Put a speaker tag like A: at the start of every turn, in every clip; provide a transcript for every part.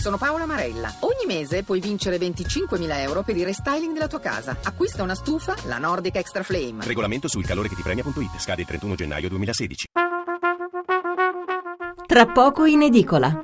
A: Sono Paola Marella. Ogni mese puoi vincere 25.000 euro per il restyling della tua casa. Acquista una stufa, la Nordic Extra Flame.
B: Regolamento sul calore che ti premia.it. Scade il 31 gennaio 2016.
C: Tra poco in edicola.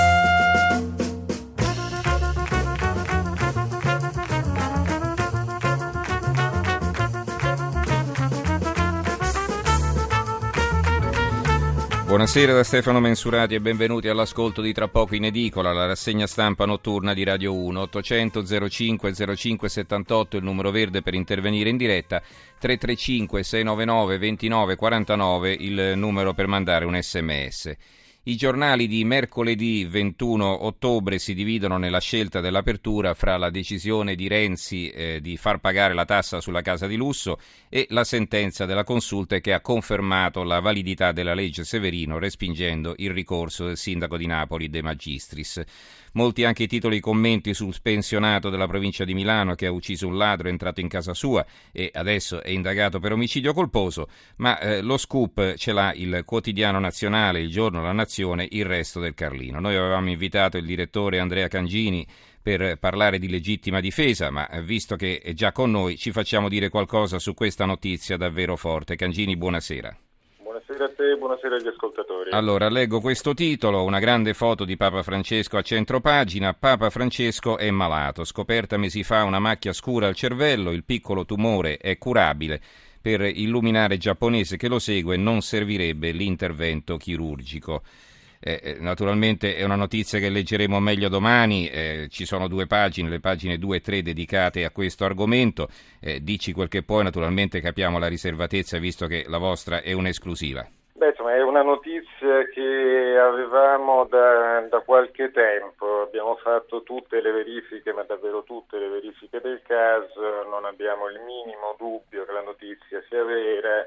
D: Buonasera da Stefano Mensurati e benvenuti all'ascolto di Tra poco in edicola, la rassegna stampa notturna di Radio 1. 800 05 05 78 il numero verde per intervenire in diretta, 335 699 29 49 il numero per mandare un sms. I giornali di mercoledì 21 ottobre si dividono nella scelta dell'apertura fra la decisione di Renzi di far pagare la tassa sulla casa di lusso e la sentenza della Consulta che ha confermato la validità della legge Severino respingendo il ricorso del sindaco di Napoli De Magistris. Molti anche i titoli e commenti sul pensionato della provincia di Milano che ha ucciso un ladro entrato in casa sua e adesso è indagato per omicidio colposo, ma lo scoop ce l'ha il Quotidiano Nazionale, il Giorno, La Nazione, il Resto del Carlino. Noi avevamo invitato il direttore Andrea Cangini per parlare di legittima difesa, ma visto che è già con noi ci facciamo dire qualcosa su questa notizia davvero forte. Cangini, buonasera.
E: Buonasera a te, buonasera agli ascoltatori.
D: Allora, leggo questo titolo, una grande foto di Papa Francesco a centropagina. Papa Francesco è malato, scoperta mesi fa una macchia scura al cervello, il piccolo tumore è curabile. Per il luminare giapponese che lo segue non servirebbe l'intervento chirurgico. Naturalmente è una notizia che leggeremo meglio domani, ci sono due pagine, le pagine 2 e 3 dedicate a questo argomento, dici quel che puoi, naturalmente capiamo la riservatezza visto che la vostra è un'esclusiva.
E: Beh, insomma, è una notizia che avevamo da qualche tempo, abbiamo fatto tutte le verifiche, ma davvero tutte le verifiche del caso, non abbiamo il minimo dubbio che la notizia sia vera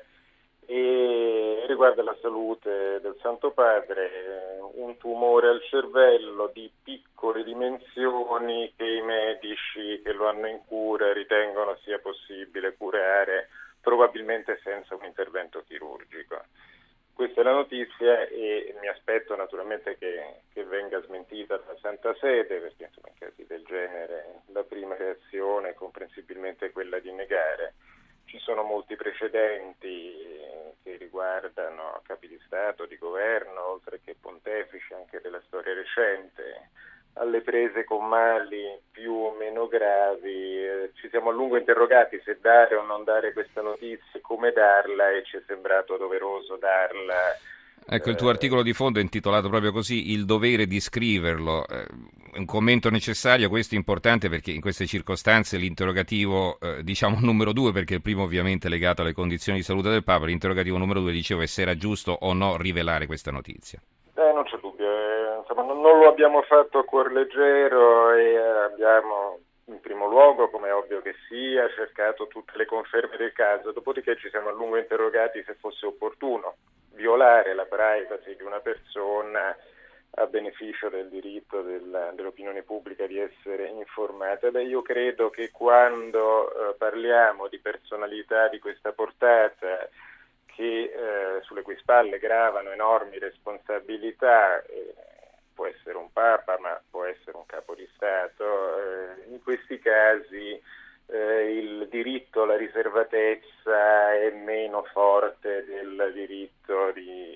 E: e riguarda la salute del Santo Padre, un tumore al cervello di piccole dimensioni che i medici che lo hanno in cura ritengono sia possibile curare probabilmente senza un intervento chirurgico. Questa è la notizia e mi aspetto naturalmente che venga smentita dalla Santa Sede, perché insomma, in casi del genere la prima reazione è comprensibilmente quella di negare. Ci sono molti precedenti che riguardano capi di Stato, di governo, oltre che pontefici anche della storia recente. Alle prese con mali più o meno gravi ci siamo a lungo interrogati se dare o non dare questa notizia, come darla, e ci è sembrato doveroso darla.
D: Ecco, il tuo articolo di fondo è intitolato proprio così, Il dovere di scriverlo. Un commento necessario, questo è importante perché in queste circostanze l'interrogativo, diciamo numero 2, perché il primo ovviamente è legato alle condizioni di salute del Papa, l'interrogativo numero 2 dicevo è se era giusto o no rivelare questa notizia.
E: Non c'è dubbio, insomma, non lo abbiamo fatto a cuor leggero e abbiamo in primo luogo, come è ovvio che sia, cercato tutte le conferme del caso, dopodiché ci siamo a lungo interrogati se fosse opportuno violare la privacy di una persona a beneficio del diritto dell'opinione pubblica di essere informata. Beh, io credo che quando parliamo di personalità di questa portata, che sulle cui spalle gravano enormi responsabilità, può essere un Papa, ma può essere un capo di Stato, in questi casi il diritto alla riservatezza è meno forte del diritto di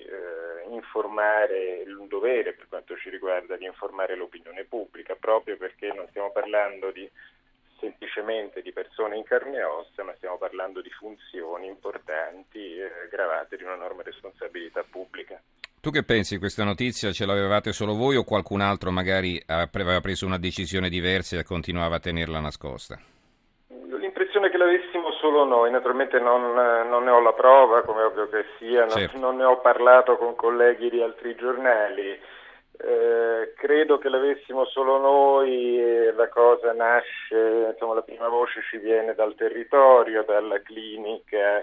E: informare, il dovere per quanto ci riguarda di informare l'opinione pubblica, proprio perché non stiamo parlando semplicemente di persone in carne e ossa, ma stiamo parlando di funzioni importanti gravate di una enorme responsabilità pubblica.
D: Tu che pensi di questa notizia? Ce l'avevate solo voi o qualcun altro magari aveva preso una decisione diversa e continuava a tenerla nascosta?
E: L'impressione che l'avessimo solo noi, naturalmente non ne ho la prova, come ovvio che sia,
D: certo.
E: Non ne ho parlato con colleghi di altri giornali. Credo che l'avessimo solo noi e la cosa nasce, insomma la prima voce ci viene dal territorio, dalla clinica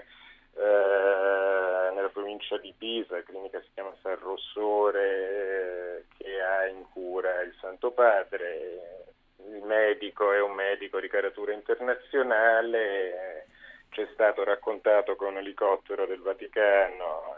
E: nella provincia di Pisa, la clinica si chiama San Rossore, che ha in cura il Santo Padre. Il medico è un medico di caratura internazionale, ci è stato raccontato che un elicottero del Vaticano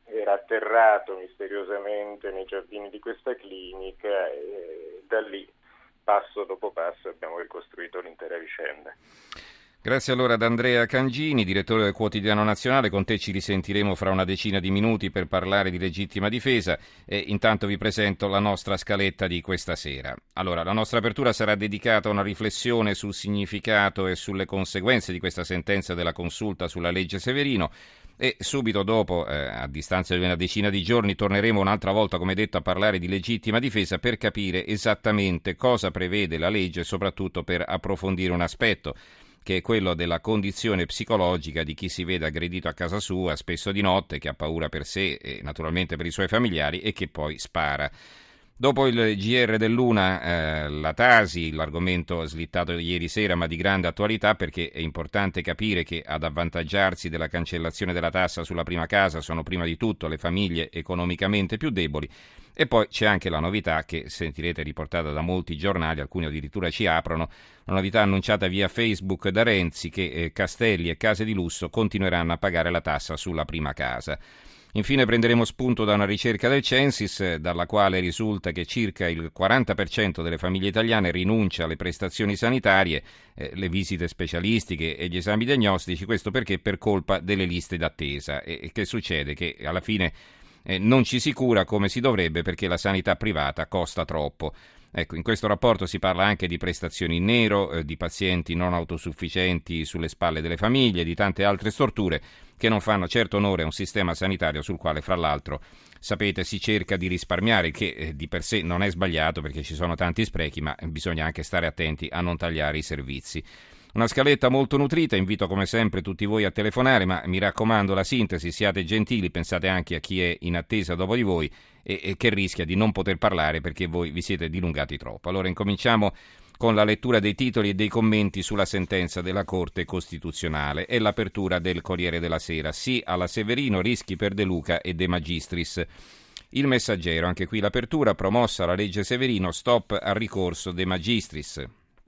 E: era atterrato misteriosamente nei giardini di questa clinica e da lì, passo dopo passo, abbiamo ricostruito l'intera vicenda.
D: Grazie allora ad Andrea Cangini, direttore del Quotidiano Nazionale. Con te ci risentiremo fra una decina di minuti per parlare di legittima difesa e intanto vi presento la nostra scaletta di questa sera. Allora, la nostra apertura sarà dedicata a una riflessione sul significato e sulle conseguenze di questa sentenza della Consulta sulla legge Severino. E subito dopo, a distanza di una decina di giorni, torneremo un'altra volta, come detto, a parlare di legittima difesa per capire esattamente cosa prevede la legge e soprattutto per approfondire un aspetto, che è quello della condizione psicologica di chi si vede aggredito a casa sua, spesso di notte, che ha paura per sé e naturalmente per i suoi familiari e che poi spara. Dopo il GR dell'Una, la Tasi, l'argomento slittato ieri sera ma di grande attualità, perché è importante capire che ad avvantaggiarsi della cancellazione della tassa sulla prima casa sono prima di tutto le famiglie economicamente più deboli. E poi c'è anche la novità che sentirete riportata da molti giornali, alcuni addirittura ci aprono, la novità annunciata via Facebook da Renzi che castelli e case di lusso continueranno a pagare la tassa sulla prima casa. Infine prenderemo spunto da una ricerca del Censis, dalla quale risulta che circa il 40% delle famiglie italiane rinuncia alle prestazioni sanitarie, le visite specialistiche e gli esami diagnostici, questo perché per colpa delle liste d'attesa. E che succede? Che alla fine non ci si cura come si dovrebbe perché la sanità privata costa troppo. Ecco, in questo rapporto si parla anche di prestazioni in nero, di pazienti non autosufficienti sulle spalle delle famiglie, di tante altre storture che non fanno certo onore a un sistema sanitario sul quale, fra l'altro, sapete, si cerca di risparmiare, che di per sé non è sbagliato perché ci sono tanti sprechi, ma bisogna anche stare attenti a non tagliare i servizi. Una scaletta molto nutrita, invito come sempre tutti voi a telefonare, ma mi raccomando la sintesi, siate gentili, pensate anche a chi è in attesa dopo di voi e che rischia di non poter parlare perché voi vi siete dilungati troppo. Allora incominciamo con la lettura dei titoli e dei commenti sulla sentenza della Corte Costituzionale e l'apertura del Corriere della Sera. Sì alla Severino, rischi per De Luca e De Magistris. Il Messaggero, anche qui l'apertura, promossa la legge Severino, stop al ricorso De Magistris.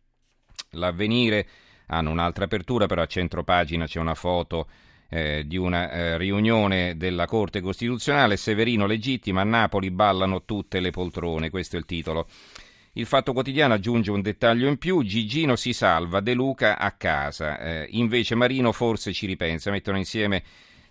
D: L'Avvenire hanno un'altra apertura, però a centropagina c'è una foto di una riunione della Corte Costituzionale. Severino legittima, a Napoli ballano tutte le poltrone, questo è il titolo. Il Fatto Quotidiano aggiunge un dettaglio in più: Gigino si salva, De Luca a casa, invece Marino forse ci ripensa. Mettono insieme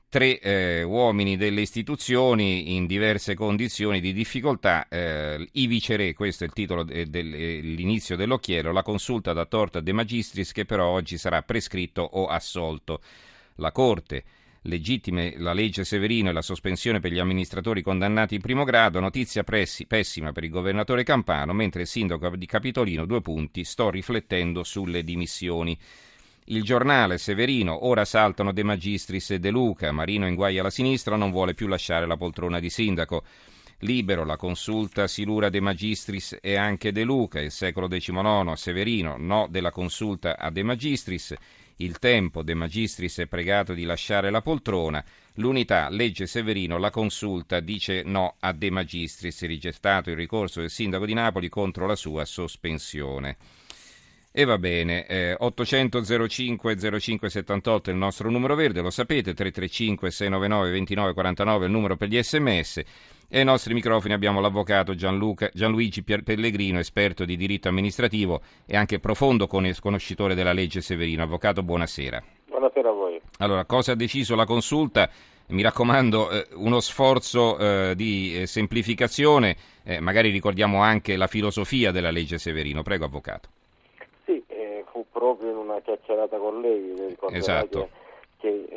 D: tre uomini delle istituzioni in diverse condizioni di difficoltà. I viceré, questo è il titolo dell'inizio dell'occhiello, la consulta da torto a De Magistris che però oggi sarà prescritto o assolto. La Corte legittime la legge Severino e la sospensione per gli amministratori condannati in primo grado, notizia pessima per il governatore Campano, mentre il sindaco di Capitolino, 2 punti, sto riflettendo sulle dimissioni. Il Giornale, Severino, ora saltano De Magistris e De Luca, Marino inguaia la sinistra, non vuole più lasciare la poltrona di sindaco. Libero, la consulta silura De Magistris e anche De Luca, il secolo XIX, Severino, no della consulta a De Magistris. Il Tempo, De Magistris è pregato di lasciare la poltrona. L'Unità, legge Severino, la consulta dice no a De Magistris, rigettato il ricorso del sindaco di Napoli contro la sua sospensione. E va bene, 800 05 05 78 è il nostro numero verde, lo sapete, 335 699 29 49 è il numero per gli sms. E ai nostri microfoni abbiamo l'avvocato Gianluigi Pellegrino, esperto di diritto amministrativo e anche profondo conoscitore della legge Severino. Avvocato, buonasera.
E: Buonasera a voi.
D: Allora, cosa ha deciso la consulta? Mi raccomando, uno sforzo di semplificazione, magari ricordiamo anche la filosofia della legge Severino. Prego, avvocato.
F: Sì, fu proprio in una chiacchierata con lei,
D: esatto.
F: che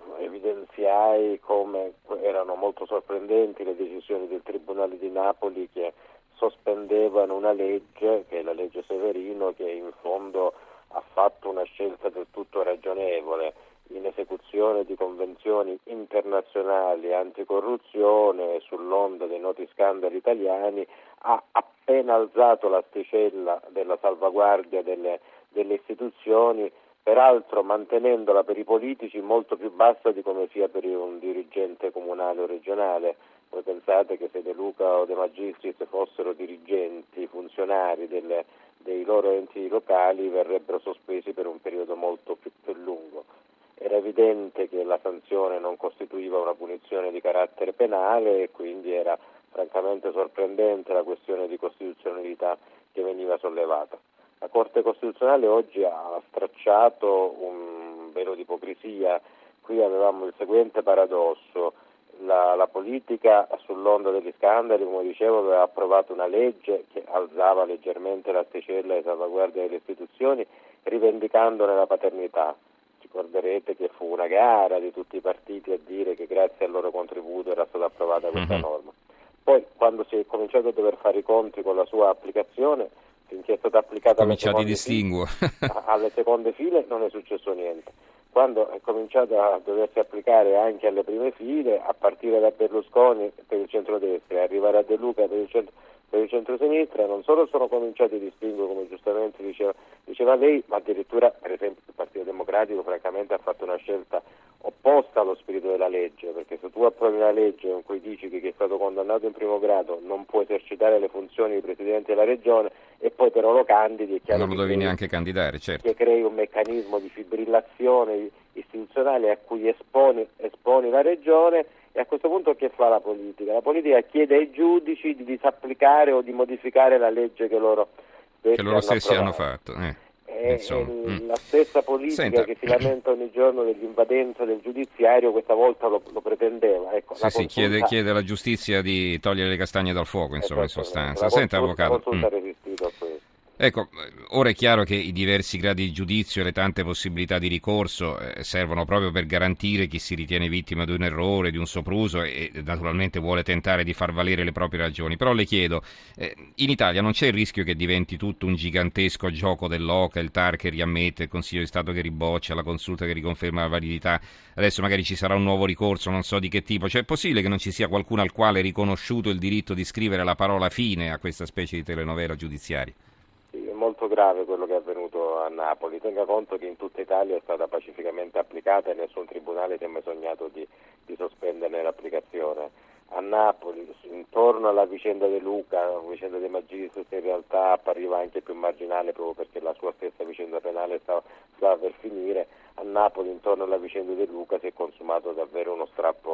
F: evidenziai come erano molto sorprendenti le decisioni del Tribunale di Napoli che sospendevano una legge, che è la legge Severino, che in fondo ha fatto una scelta del tutto ragionevole in esecuzione di convenzioni internazionali anticorruzione sull'onda dei noti scandali italiani. Ha appena alzato l'asticella della salvaguardia delle istituzioni, peraltro mantenendola per i politici molto più bassa di come sia per un dirigente comunale o regionale. Voi pensate che se De Luca o De Magistris fossero dirigenti, funzionari dei loro enti locali, verrebbero sospesi per un periodo molto più lungo. E era evidente che la sanzione non costituiva una punizione di carattere penale e quindi era francamente sorprendente la questione di costituzionalità che veniva sollevata. La Corte Costituzionale oggi ha stracciato un velo di ipocrisia. Qui avevamo il seguente paradosso: la politica sull'onda degli scandali, come dicevo, aveva approvato una legge che alzava leggermente l'asticella di salvaguardia delle istituzioni, rivendicandone la paternità. Ricorderete che fu una gara di tutti i partiti a dire che grazie al loro contributo era stata approvata questa norma. Poi, quando si è cominciato a dover fare i conti con la sua applicazione, finché è stata applicata alle seconde file non è successo niente. Quando è cominciato a doversi applicare anche alle prime file, a partire da Berlusconi per il centrodestra e arrivare a De Luca per il centrosinistra, non solo sono cominciati i distinguo, come giustamente diceva lei, ma addirittura, per esempio, il Partito Democratico francamente ha fatto una scelta opposta allo spirito della legge, perché se tu approvi una legge in cui dici che chi è stato condannato in primo grado non può esercitare le funzioni di Presidente della Regione e poi però lo candidi, è chiaro
D: non lo devi neanche candidare, certo.
F: Che crei un meccanismo di fibrillazione istituzionale a cui esponi la Regione. E a questo punto che fa la politica? La politica chiede ai giudici di disapplicare o di modificare la legge che loro
D: stessi hanno fatto.
F: È la stessa politica. Senta, che si lamenta ogni giorno dell'invadenza del giudiziario, questa volta lo pretendeva. Ecco,
D: chiede alla giustizia di togliere le castagne dal fuoco, insomma, in sostanza. Senta, avvocato.
F: La consulta ha resistito a questo.
D: Ecco, ora è chiaro che i diversi gradi di giudizio e le tante possibilità di ricorso servono proprio per garantire chi si ritiene vittima di un errore, di un sopruso e naturalmente vuole tentare di far valere le proprie ragioni. Però le chiedo, in Italia non c'è il rischio che diventi tutto un gigantesco gioco dell'oca, il TAR che riammette, il Consiglio di Stato che riboccia, la consulta che riconferma la validità, adesso magari ci sarà un nuovo ricorso, non so di che tipo. Cioè è possibile che non ci sia qualcuno al quale è riconosciuto il diritto di scrivere la parola fine a questa specie di telenovela giudiziaria?
F: Molto grave quello che è avvenuto a Napoli. Tenga conto che in tutta Italia è stata pacificamente applicata e nessun tribunale si è mai sognato di sospenderne l'applicazione. A Napoli, intorno alla vicenda De Luca, la vicenda dei Magistris in realtà appariva anche più marginale proprio perché la sua stessa vicenda penale stava per finire. A Napoli, intorno alla vicenda De Luca, si è consumato davvero uno strappo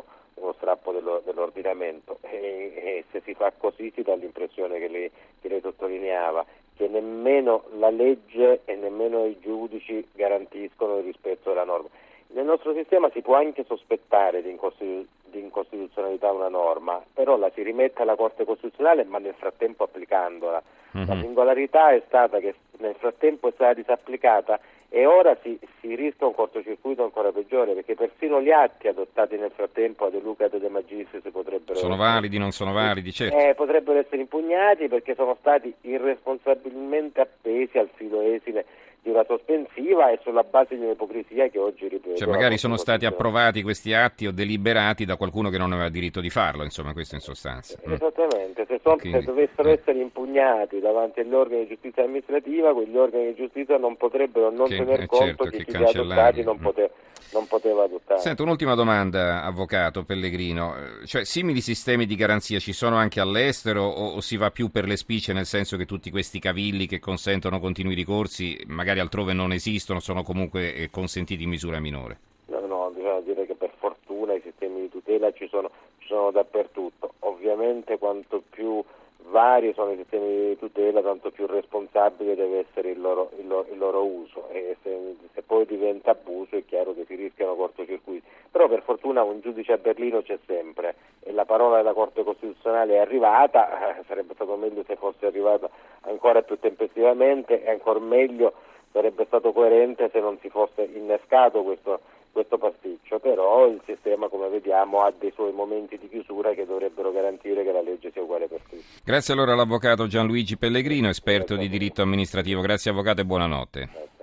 F: dell'ordinamento e se si fa così si dà l'impressione che lei sottolineava, che nemmeno la legge e nemmeno i giudici garantiscono il rispetto della norma. Nel nostro sistema si può anche sospettare di incostituzionalità una norma, però la si rimette alla Corte Costituzionale, ma nel frattempo applicandola. La singolarità è stata che nel frattempo è stata disapplicata e ora si rischia un cortocircuito ancora peggiore, perché persino gli atti adottati nel frattempo a De Luca e De Magistris
D: sono validi, non sono validi, certo.
F: Potrebbero essere impugnati perché sono stati irresponsabilmente appesi al filo esile di una sospensiva e sulla base di un'ipocrisia che oggi ripeto.
D: Cioè magari sono stati approvati questi atti o deliberati da qualcuno che non aveva diritto di farlo, insomma, questo in sostanza.
F: Esattamente, se dovessero essere impugnati davanti agli organi di giustizia amministrativa, quegli organi di giustizia non potrebbero non tener conto che chi li ha adottati non poteva adottare.
D: Senta, un'ultima domanda, avvocato Pellegrino, cioè simili sistemi di garanzia ci sono anche all'estero o si va più per le spicce, nel senso che tutti questi cavilli che consentono continui ricorsi magari altrove non esistono, sono comunque consentiti in misura minore?
F: No, bisogna dire che per fortuna i sistemi di tutela ci sono dappertutto. Ovviamente quanto più vari sono i sistemi di tutela, tanto più responsabile deve essere il loro uso e se poi diventa abuso è chiaro che si rischiano cortocircuiti. Però per fortuna un giudice a Berlino c'è sempre e la parola della Corte Costituzionale è arrivata, sarebbe stato meglio se fosse arrivata ancora più tempestivamente e ancora meglio sarebbe stato coerente se non si fosse innescato questo pasticcio, però il sistema, come vediamo, ha dei suoi momenti di chiusura che dovrebbero garantire che la legge sia uguale per tutti.
D: Grazie allora all'avvocato Gianluigi Pellegrino, esperto di diritto amministrativo. Grazie avvocato e buonanotte.